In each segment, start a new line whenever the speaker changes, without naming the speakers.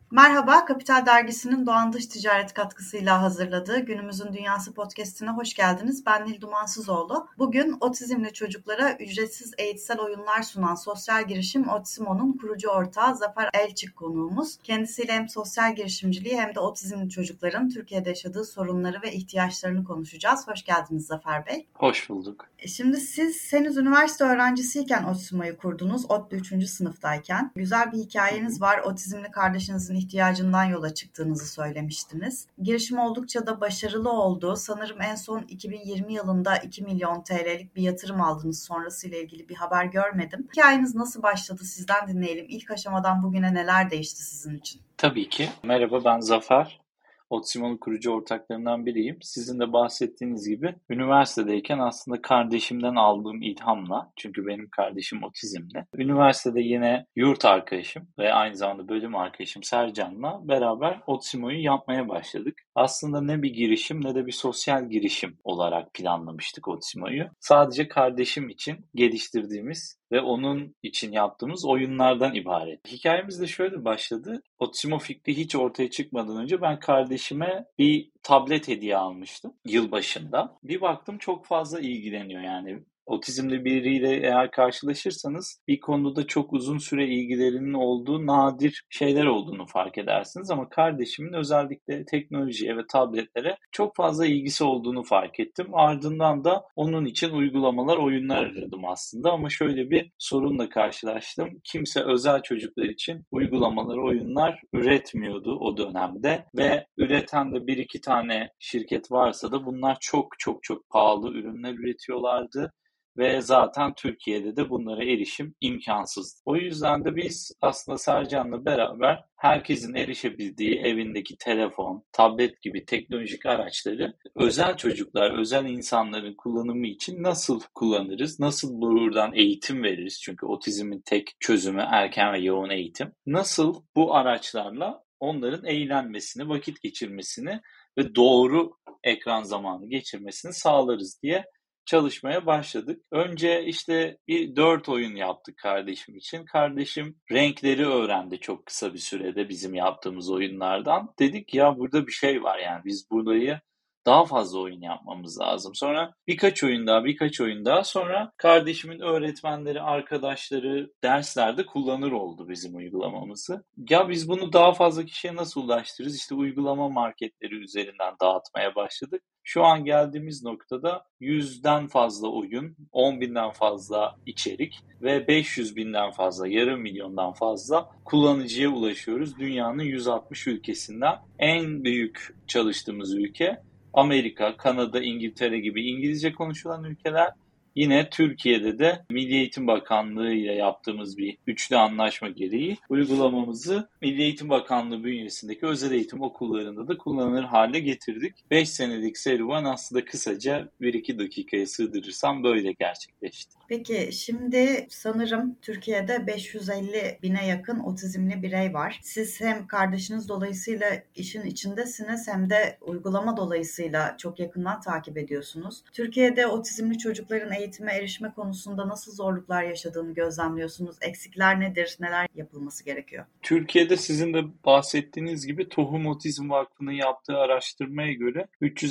Merhaba, Kapital Dergisi'nin Doğan Dış Ticaret katkısıyla hazırladığı Günümüzün Dünyası podcast'ine hoş geldiniz. Ben Nil Dumansızoğlu. Bugün otizmli çocuklara ücretsiz eğitsel oyunlar sunan sosyal girişim Otimo'nun kurucu ortağı Zafer Elçik konuğumuz. Kendisiyle hem sosyal girişimciliği hem de otizmli çocukların Türkiye'de yaşadığı sorunları ve ihtiyaçlarını konuşacağız. Hoş geldiniz Zafer Bey.
Hoş bulduk.
Şimdi siz henüz üniversite öğrencisiyken Otimo'yu kurdunuz, ODTÜ 3. sınıftayken. Güzel bir hikayeniz var. Otizmli kardeşinizin ihtiyacından yola çıktığınızı söylemiştiniz. Girişim oldukça da başarılı oldu. Sanırım en son 2020 yılında 2 milyon TL'lik bir yatırım aldınız, sonrasıyla ilgili bir haber görmedim. Hikayeniz nasıl başladı? Sizden dinleyelim. İlk aşamadan bugüne neler değişti sizin için?
Tabii ki. Merhaba, ben Zafer. Otimo'nun kurucu ortaklarından biriyim. Sizin de bahsettiğiniz gibi üniversitedeyken aslında kardeşimden aldığım ilhamla, çünkü benim kardeşim otizmli, üniversitede yine yurt arkadaşım ve aynı zamanda bölüm arkadaşım Sercan'la beraber Otimo'yu yapmaya başladık. Aslında ne bir girişim ne de bir sosyal girişim olarak planlamıştık Otimo'yu. Sadece kardeşim için geliştirdiğimiz ve onun için yaptığımız oyunlardan ibaret. Hikayemiz de şöyle başladı. Otimo fikri hiç ortaya çıkmadan önce ben kardeşime bir tablet hediye almıştım yılbaşında. Bir baktım çok fazla ilgileniyor yani. Otizmli biriyle eğer karşılaşırsanız bir konuda çok uzun süre ilgilerinin olduğu nadir şeyler olduğunu fark edersiniz. Ama kardeşimin özellikle teknolojiye ve tabletlere çok fazla ilgisi olduğunu fark ettim. Ardından da onun için uygulamalar, oyunlar aradım aslında. Ama şöyle bir sorunla karşılaştım. Kimse özel çocuklar için uygulamalar, oyunlar üretmiyordu o dönemde. Ve üreten de bir iki tane şirket varsa da bunlar çok pahalı ürünler üretiyorlardı. Ve zaten Türkiye'de de bunlara erişim imkansız. O yüzden de biz aslında Sercan'la beraber herkesin erişebildiği evindeki telefon, tablet gibi teknolojik araçları özel çocuklar, özel insanların kullanımı için nasıl kullanırız? Nasıl buradan eğitim veririz? Çünkü otizmin tek çözümü erken ve yoğun eğitim. Nasıl bu araçlarla onların eğlenmesini, vakit geçirmesini ve doğru ekran zamanı geçirmesini sağlarız diye çalışmaya başladık. Önce işte bir 4 oyun yaptık kardeşim için. Kardeşim renkleri öğrendi çok kısa bir sürede bizim yaptığımız oyunlardan. Dedik ya burada bir şey var yani biz burayı daha fazla oyun yapmamız lazım. Sonra birkaç oyun daha sonra kardeşimin öğretmenleri, arkadaşları derslerde kullanır oldu bizim uygulamamızı. Ya biz bunu daha fazla kişiye nasıl ulaştırırız? İşte uygulama marketleri üzerinden dağıtmaya başladık. Şu an geldiğimiz noktada 100'den fazla oyun, 10 binden fazla içerik ve 500 binden fazla, yarım milyondan fazla kullanıcıya ulaşıyoruz. Dünyanın 160 ülkesinden en büyük çalıştığımız ülke Amerika, Kanada, İngiltere gibi İngilizce konuşulan ülkeler. Yine Türkiye'de de Milli Eğitim Bakanlığı ile yaptığımız bir üçlü anlaşma gereği uygulamamızı Milli Eğitim Bakanlığı bünyesindeki özel eğitim okullarında da kullanılır hale getirdik. 5 senelik serüven aslında kısaca 1-2 dakikaya sığdırırsam böyle gerçekleşti.
Peki şimdi sanırım Türkiye'de 550 bine yakın otizmli birey var. Siz hem kardeşiniz dolayısıyla işin içindesiniz hem de uygulama dolayısıyla çok yakından takip ediyorsunuz. Türkiye'de otizmli çocukların eğitime erişme konusunda nasıl zorluklar yaşadığını gözlemliyorsunuz? Eksikler nedir? Neler yapılması gerekiyor?
Türkiye'de sizin de bahsettiğiniz gibi Tohum Otizm Vakfı'nın yaptığı araştırmaya göre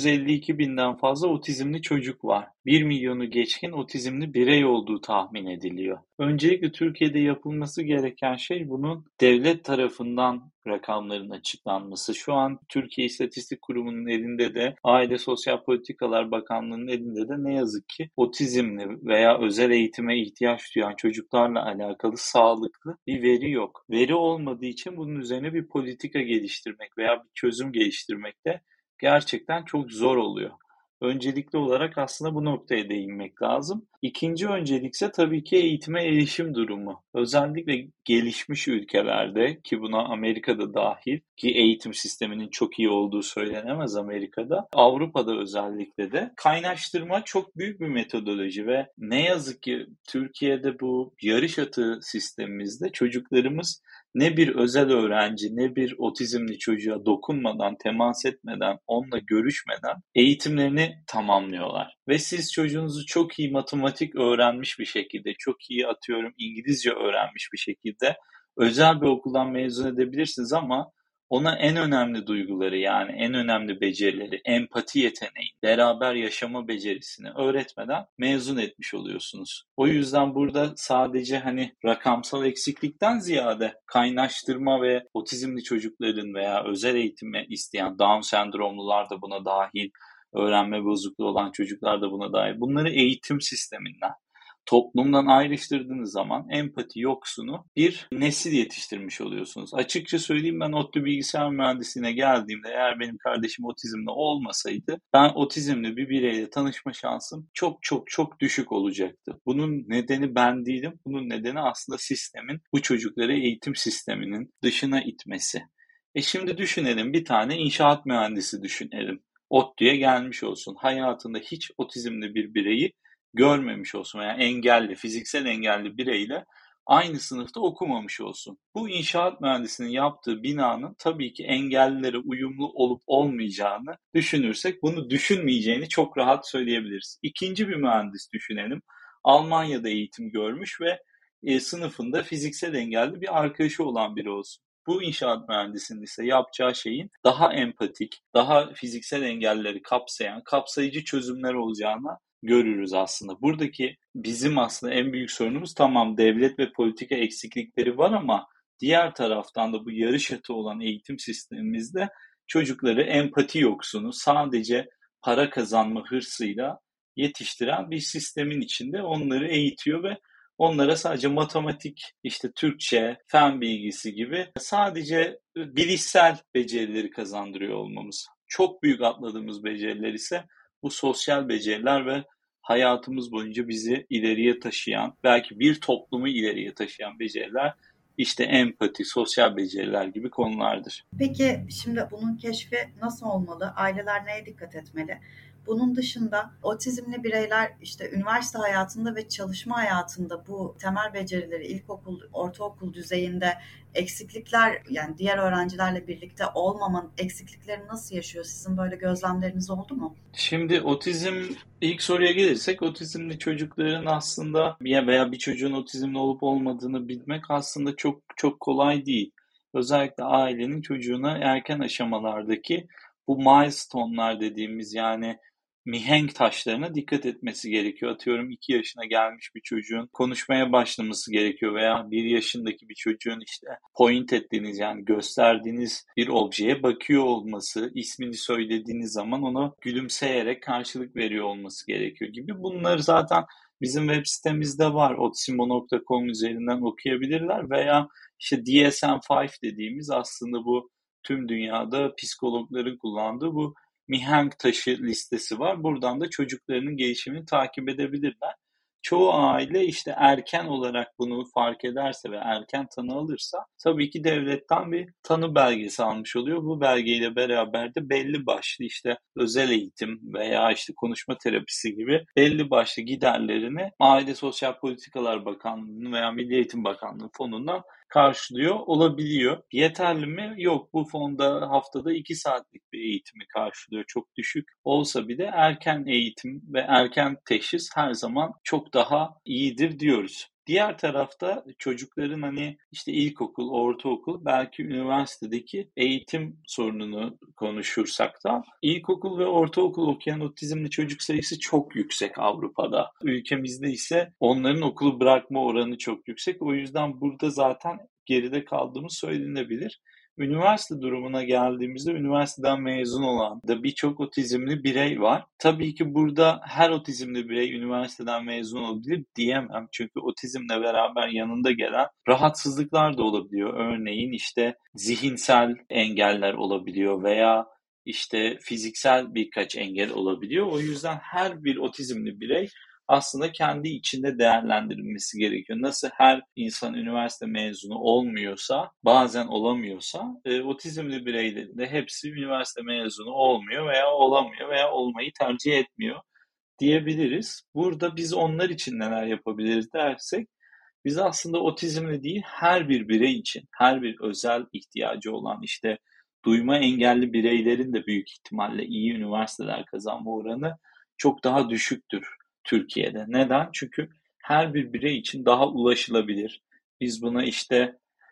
352 binden fazla otizmli çocuk var. 1 milyonu geçkin otizmli birey olduğu tahmin ediliyor. Öncelikle Türkiye'de yapılması gereken şey bunun devlet tarafından rakamların açıklanması. Şu an Türkiye İstatistik Kurumu'nun elinde de, Aile Sosyal Politikalar Bakanlığı'nın elinde de ne yazık ki otizmli veya özel eğitime ihtiyaç duyan çocuklarla alakalı sağlıklı bir veri yok. Veri olmadığı için bunun üzerine bir politika geliştirmek veya bir çözüm geliştirmek de gerçekten çok zor oluyor. Öncelikli olarak aslında bu noktaya değinmek lazım. İkinci öncelikse tabii ki eğitime erişim durumu. Özellikle gelişmiş ülkelerde, ki buna Amerika'da dahil, ki eğitim sisteminin çok iyi olduğu söylenemez Amerika'da, Avrupa'da özellikle de kaynaştırma çok büyük bir metodoloji ve ne yazık ki Türkiye'de bu yarış atı sistemimizde çocuklarımız ne bir özel öğrenci ne bir otizmli çocuğa dokunmadan, temas etmeden, onunla görüşmeden eğitimlerini tamamlıyorlar. Ve siz çocuğunuzu çok iyi matematik öğrenmiş bir şekilde, çok iyi İngilizce öğrenmiş bir şekilde özel bir okuldan mezun edebilirsiniz ama ona en önemli duyguları, yani en önemli becerileri, empati yeteneği, beraber yaşama becerisini öğretmeden mezun etmiş oluyorsunuz. O yüzden burada sadece hani rakamsal eksiklikten ziyade kaynaştırma ve otizmli çocukların veya özel eğitimi isteyen Down sendromlular da buna dahil, öğrenme bozukluğu olan çocuklar da buna dahil. Bunları eğitim sisteminden, toplumdan ayrıştırdığınız zaman empati yoksunu bir nesil yetiştirmiş oluyorsunuz. Açıkça söyleyeyim, ben ODTÜ bilgisayar mühendisliğine geldiğimde eğer benim kardeşim otizmli olmasaydı ben otizmli bir bireyle tanışma şansım çok çok çok düşük olacaktı. Bunun nedeni ben değilim. Bunun nedeni aslında sistemin bu çocukları eğitim sisteminin dışına itmesi. Şimdi düşünelim, bir tane inşaat mühendisi düşünelim. ODTÜ'ye gelmiş olsun. Hayatında hiç otizmli bir bireyi görmemiş olsun veya engelli, fiziksel engelli bireyle aynı sınıfta okumamış olsun. Bu inşaat mühendisinin yaptığı binanın tabii ki engellilere uyumlu olup olmayacağını düşünürsek bunu düşünmeyeceğini çok rahat söyleyebiliriz. İkinci bir mühendis düşünelim. Almanya'da eğitim görmüş ve sınıfında fiziksel engelli bir arkadaşı olan biri olsun. Bu inşaat mühendisinin ise yapacağı şeyin daha empatik, daha fiziksel engelleri kapsayan, kapsayıcı çözümler olacağına görürüz aslında. Buradaki bizim aslında en büyük sorunumuz, tamam devlet ve politika eksiklikleri var ama diğer taraftan da bu yarış atı olan eğitim sistemimizde çocukları empati yoksunu, sadece para kazanma hırsıyla yetiştiren bir sistemin içinde onları eğitiyor ve onlara sadece matematik, işte Türkçe, fen bilgisi gibi sadece bilişsel becerileri kazandırıyor olmamız. Çok büyük atladığımız beceriler ise bu sosyal beceriler ve hayatımız boyunca bizi ileriye taşıyan, belki bir toplumu ileriye taşıyan beceriler, işte empati, sosyal beceriler gibi konulardır.
Peki şimdi bunun keşfi nasıl olmalı? Aileler neye dikkat etmeli? Bunun dışında otizmli bireyler işte üniversite hayatında ve çalışma hayatında bu temel becerileri ilkokul, ortaokul düzeyinde eksiklikler, yani diğer öğrencilerle birlikte olmamanın eksikliklerini nasıl yaşıyor? Sizin böyle gözlemleriniz oldu mu?
Şimdi ilk soruya gelirsek, otizmli çocukların aslında veya bir çocuğun otizmli olup olmadığını bilmek aslında çok çok kolay değil. Özellikle ailenin çocuğuna erken aşamalardaki bu milestone'lar dediğimiz, yani mihenk taşlarına dikkat etmesi gerekiyor. Atıyorum 2 yaşına gelmiş bir çocuğun konuşmaya başlaması gerekiyor veya 1 yaşındaki bir çocuğun işte point ettiğiniz, yani gösterdiğiniz bir objeye bakıyor olması, ismini söylediğiniz zaman ona gülümseyerek karşılık veriyor olması gerekiyor gibi. Bunları zaten bizim web sitemizde var. Otimo.com üzerinden okuyabilirler veya işte DSM-5 dediğimiz, aslında bu tüm dünyada psikologların kullandığı bu mihenk taşı listesi var. Buradan da çocuklarının gelişimini takip edebilirler. Çoğu aile işte erken olarak bunu fark ederse ve erken tanı alırsa tabii ki devletten bir tanı belgesi almış oluyor. Bu belgeyle beraber de belli başlı işte özel eğitim veya işte konuşma terapisi gibi belli başlı giderlerini Aile Sosyal Politikalar Bakanlığı'nın veya Milli Eğitim Bakanlığı fonundan karşılıyor olabiliyor. Yeterli mi? Yok. Bu fonda haftada 2 saatlik bir eğitimi karşılıyor. Çok düşük olsa bile erken eğitim ve erken teşhis her zaman çok daha iyidir diyoruz. Diğer tarafta çocukların hani işte ilkokul, ortaokul, belki üniversitedeki eğitim sorununu konuşursak da ilkokul ve ortaokul okuyan otizmli çocuk sayısı çok yüksek Avrupa'da. Ülkemizde ise onların okulu bırakma oranı çok yüksek. O yüzden burada zaten geride kaldığımız söylenebilir. Üniversite durumuna geldiğimizde üniversiteden mezun olan da birçok otizmli birey var. Tabii ki burada her otizmli birey üniversiteden mezun olabilir diyemem. Çünkü otizmle beraber yanında gelen rahatsızlıklar da olabiliyor. Örneğin işte zihinsel engeller olabiliyor veya işte fiziksel birkaç engel olabiliyor. O yüzden her bir otizmli birey aslında kendi içinde değerlendirilmesi gerekiyor. Nasıl her insan üniversite mezunu olmuyorsa, bazen olamıyorsa, otizmli bireylerin de hepsi üniversite mezunu olmuyor veya olamıyor veya olmayı tercih etmiyor diyebiliriz. Burada biz onlar için neler yapabiliriz dersek, biz aslında otizmli değil, her bir birey için, her bir özel ihtiyacı olan, işte duyma engelli bireylerin de büyük ihtimalle iyi üniversiteler kazanma oranı çok daha düşüktür Türkiye'de. Neden? Çünkü her bir birey için daha ulaşılabilir. Biz buna işte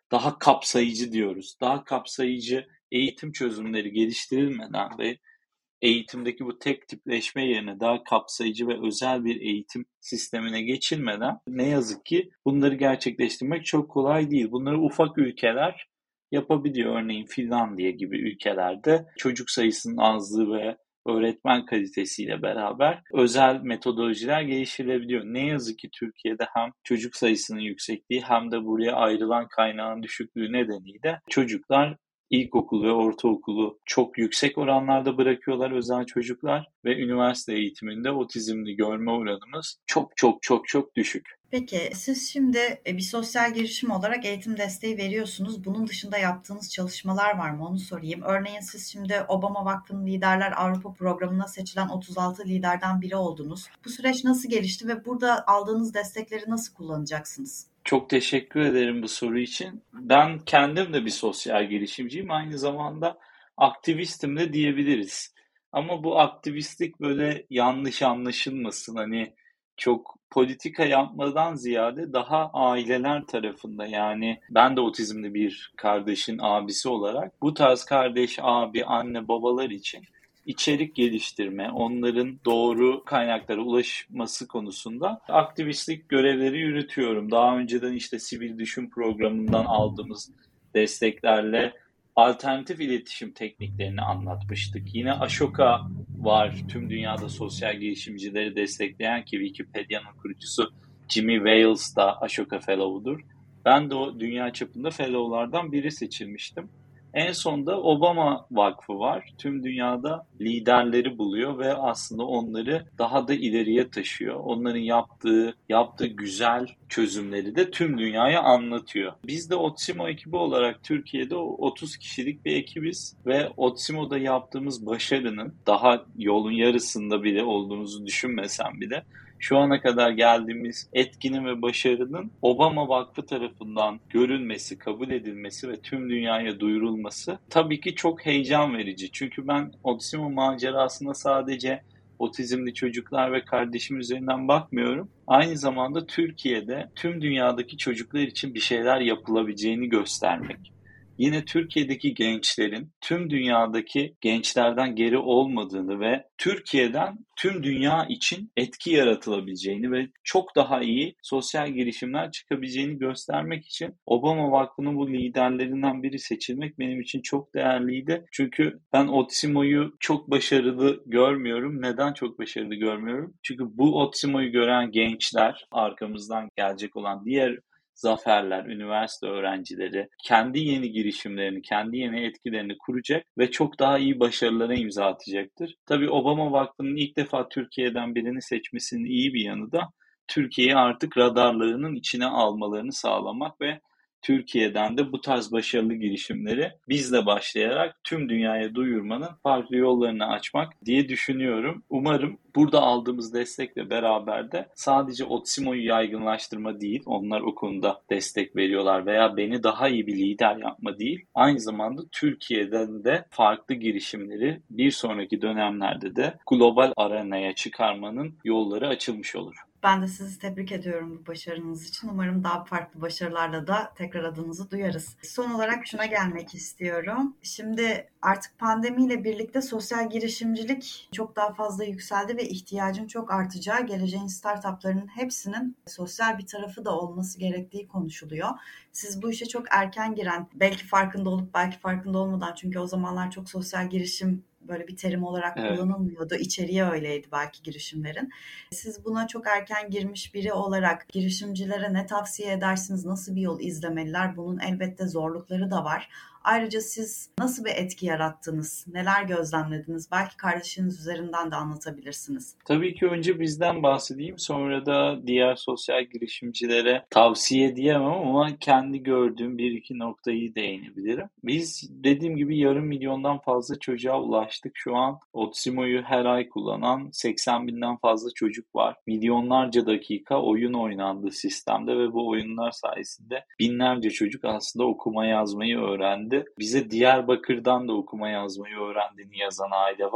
daha kapsayıcı diyoruz. Daha kapsayıcı eğitim çözümleri geliştirilmeden ve eğitimdeki bu tek tipleşme yerine daha kapsayıcı ve özel bir eğitim sistemine geçilmeden ne yazık ki bunları gerçekleştirmek çok kolay değil. Bunları ufak ülkeler yapabiliyor. Örneğin Finlandiya gibi ülkelerde çocuk sayısının azlığı ve öğretmen kalitesiyle beraber özel metodolojiler geliştirilebiliyor. Ne yazık ki Türkiye'de hem çocuk sayısının yüksekliği hem de buraya ayrılan kaynağın düşüklüğü nedeniyle çocuklar İlkokul ve ortaokulu çok yüksek oranlarda bırakıyorlar özel çocuklar ve üniversite eğitiminde otizmli görme oranımız çok çok çok çok düşük.
Peki siz şimdi bir sosyal girişim olarak eğitim desteği veriyorsunuz. Bunun dışında yaptığınız çalışmalar var mı? Onu sorayım. Örneğin siz şimdi Obama Vakfı'nın Liderler Avrupa Programı'na seçilen 36 liderden biri oldunuz. Bu süreç nasıl gelişti ve burada aldığınız destekleri nasıl kullanacaksınız?
Çok teşekkür ederim bu soru için. Ben kendim de bir sosyal girişimciyim. Aynı zamanda aktivistim de diyebiliriz. Ama bu aktivistlik böyle yanlış anlaşılmasın. Hani çok politika yapmadan ziyade daha aileler tarafında, yani ben de otizmli bir kardeşin abisi olarak bu tarz kardeş, abi, anne, babalar için içerik geliştirme, onların doğru kaynaklara ulaşması konusunda aktivistlik görevleri yürütüyorum. Daha önceden işte Sivil Düşün programından aldığımız desteklerle alternatif iletişim tekniklerini anlatmıştık. Yine Ashoka var, tüm dünyada sosyal girişimcileri destekleyen, ki Wikipedia'nın kurucusu Jimmy Wales da Ashoka Fellow'dur. Ben de o dünya çapında fellow'lardan biri seçilmiştim. En sonda Obama Vakfı var. Tüm dünyada liderleri buluyor ve aslında onları daha da ileriye taşıyor. Onların yaptığı güzel çözümleri de tüm dünyaya anlatıyor. Biz de Otsimo ekibi olarak Türkiye'de 30 kişilik bir ekibiz ve Otsimo'da yaptığımız başarının daha yolun yarısında bile olduğumuzu düşünmesem bile şu ana kadar geldiğimiz etkinin ve başarının Obama Vakfı tarafından görülmesi, kabul edilmesi ve tüm dünyaya duyurulması tabii ki çok heyecan verici. Çünkü ben Otsimo macerasına sadece otizmli çocuklar ve kardeşim üzerinden bakmıyorum. Aynı zamanda Türkiye'de tüm dünyadaki çocuklar için bir şeyler yapılabileceğini göstermek. Yine Türkiye'deki gençlerin tüm dünyadaki gençlerden geri olmadığını ve Türkiye'den tüm dünya için etki yaratılabileceğini ve çok daha iyi sosyal girişimler çıkabileceğini göstermek için Obama Vakfı'nın bu liderlerinden biri seçilmek benim için çok değerliydi. Çünkü ben Otsimo'yu çok başarılı görmüyorum. Neden çok başarılı görmüyorum? Çünkü bu Otsimo'yu gören gençler, arkamızdan gelecek olan diğer zaferler, üniversite öğrencileri kendi yeni girişimlerini, kendi yeni etkilerini kuracak ve çok daha iyi başarılara imza atacaktır. Tabii Obama Vakfı'nın ilk defa Türkiye'den birini seçmesinin iyi bir yanı da Türkiye'yi artık radarlarının içine almalarını sağlamak ve Türkiye'den de bu tarz başarılı girişimleri bizle başlayarak tüm dünyaya duyurmanın farklı yollarını açmak diye düşünüyorum. Umarım burada aldığımız destekle beraber de sadece Otsimo'yu yaygınlaştırma değil, onlar o konuda destek veriyorlar veya beni daha iyi bir lider yapma değil, aynı zamanda Türkiye'den de farklı girişimleri bir sonraki dönemlerde de global arenaya çıkarmanın yolları açılmış olur.
Ben de sizi tebrik ediyorum bu başarınız için. Umarım daha farklı başarılarla da tekrar adınızı duyarız. Son olarak şuna gelmek istiyorum. Şimdi artık pandemiyle birlikte sosyal girişimcilik çok daha fazla yükseldi ve ihtiyacın çok artacağı, geleceğin startuplarının hepsinin sosyal bir tarafı da olması gerektiği konuşuluyor. Siz bu işe çok erken giren, belki farkında olup belki farkında olmadan, çünkü o zamanlar çok sosyal girişim böyle bir terim olarak
Evet.
kullanılmıyordu. İçeriği öyleydi belki girişimlerin. Siz buna çok erken girmiş biri olarak girişimcilere ne tavsiye edersiniz? Nasıl bir yol izlemeliler? Bunun elbette zorlukları da var. Ayrıca siz nasıl bir etki yarattınız? Neler gözlemlediniz? Belki kardeşiniz üzerinden de anlatabilirsiniz.
Tabii ki önce bizden bahsedeyim, sonra da diğer sosyal girişimcilere tavsiye diyemem ama kendi gördüğüm bir iki noktayı değinebilirim. Biz dediğim gibi 500.000'dan fazla çocuğa ulaştık. Şu an Otsimo'yu her ay kullanan 80.000'den fazla çocuk var. Milyonlarca dakika oyun oynandı sistemde ve bu oyunlar sayesinde binlerce çocuk aslında okuma yazmayı öğrendi. Bize Diyarbakır'dan da okuma yazmayı öğrendiğini yazan aile var.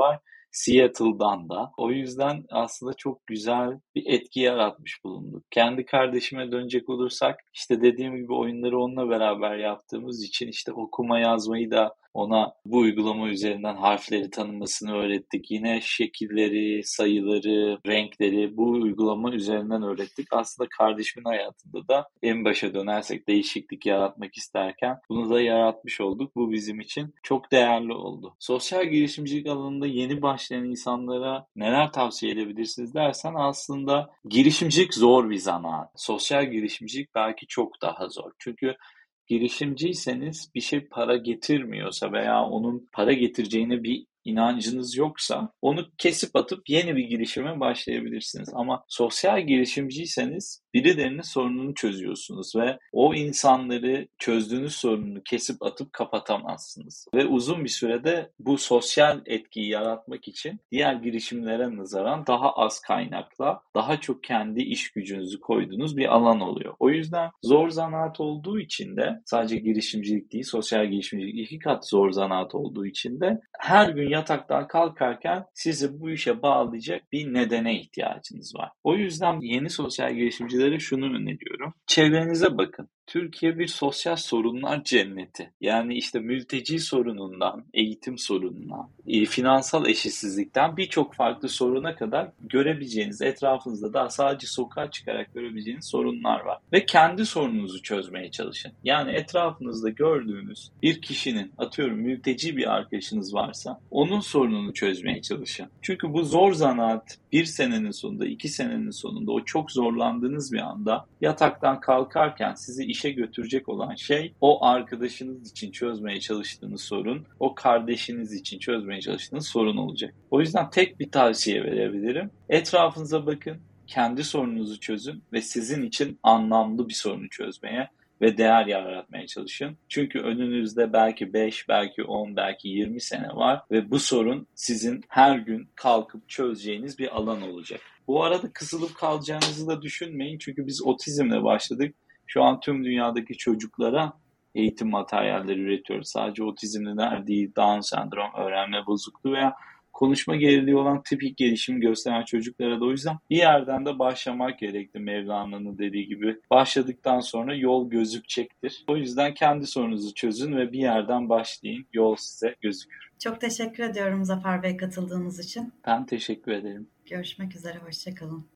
Seattle'dan da. O yüzden aslında çok güzel bir etki yaratmış bulunduk. Kendi kardeşime dönecek olursak, işte dediğim gibi oyunları onunla beraber yaptığımız için işte okuma yazmayı da ona bu uygulama üzerinden harfleri tanımasını öğrettik. Yine şekilleri, sayıları, renkleri bu uygulama üzerinden öğrettik. Aslında kardeşimin hayatında da en başa dönersek değişiklik yaratmak isterken bunu da yaratmış olduk. Bu bizim için çok değerli oldu. Sosyal girişimcilik alanında yeni başlayan insanlara neler tavsiye edebilirsiniz dersen, aslında girişimcilik zor bir zanaat. Sosyal girişimcilik belki çok daha zor. Çünkü girişimciyseniz, bir şey para getirmiyorsa veya onun para getireceğine bir inancınız yoksa onu kesip atıp yeni bir girişime başlayabilirsiniz. Ama sosyal girişimciyseniz birilerinin sorununu çözüyorsunuz ve o insanları çözdüğünüz sorununu kesip atıp kapatamazsınız. Ve uzun bir sürede bu sosyal etkiyi yaratmak için diğer girişimlere nazaran daha az kaynakla daha çok kendi iş gücünüzü koyduğunuz bir alan oluyor. O yüzden zor zanaat olduğu için de, sadece girişimcilik değil, sosyal girişimcilik 2 kat zor zanaat olduğu için de her gün yataktan kalkarken sizi bu işe bağlayacak bir nedene ihtiyacınız var. O yüzden yeni sosyal girişimcilere şunu öneriyorum. Çevrenize bakın. Türkiye bir sosyal sorunlar cenneti. Yani işte mülteci sorunundan, eğitim sorununa, finansal eşitsizlikten birçok farklı soruna kadar görebileceğiniz, etrafınızda daha sadece sokağa çıkarak görebileceğiniz sorunlar var. Ve kendi sorununuzu çözmeye çalışın. Yani etrafınızda gördüğünüz bir kişinin, atıyorum mülteci bir arkadaşınız varsa, onun sorununu çözmeye çalışın. Çünkü bu zor zanaat 1 senenin sonunda, 2 senenin sonunda, o çok zorlandığınız bir anda yataktan kalkarken sizi işe götürecek olan şey, o arkadaşınız için çözmeye çalıştığınız sorun, o kardeşiniz için çözmeye çalıştığınız sorun olacak. O yüzden tek bir tavsiye verebilirim. Etrafınıza bakın, kendi sorununuzu çözün ve sizin için anlamlı bir sorunu çözmeye ve değer yaratmaya çalışın. Çünkü önünüzde belki 5, belki 10, belki 20 sene var ve bu sorun sizin her gün kalkıp çözeceğiniz bir alan olacak. Bu arada kısılıp kalacağınızı da düşünmeyin. Çünkü biz otizmle başladık. Şu an tüm dünyadaki çocuklara eğitim materyalleri üretiyoruz. Sadece otizmliler değil, Down sendrom, öğrenme bozukluğu veya konuşma geriliği olan tipik gelişim gösteren çocuklara da. O yüzden bir yerden de başlamak gerekti, Mevlana'nın dediği gibi. Başladıktan sonra yol gözükecektir. O yüzden kendi sorununuzu çözün ve bir yerden başlayın. Yol size gözükür.
Çok teşekkür ediyorum Zafer Bey katıldığınız için.
Ben teşekkür ederim.
Görüşmek üzere, hoşça kalın.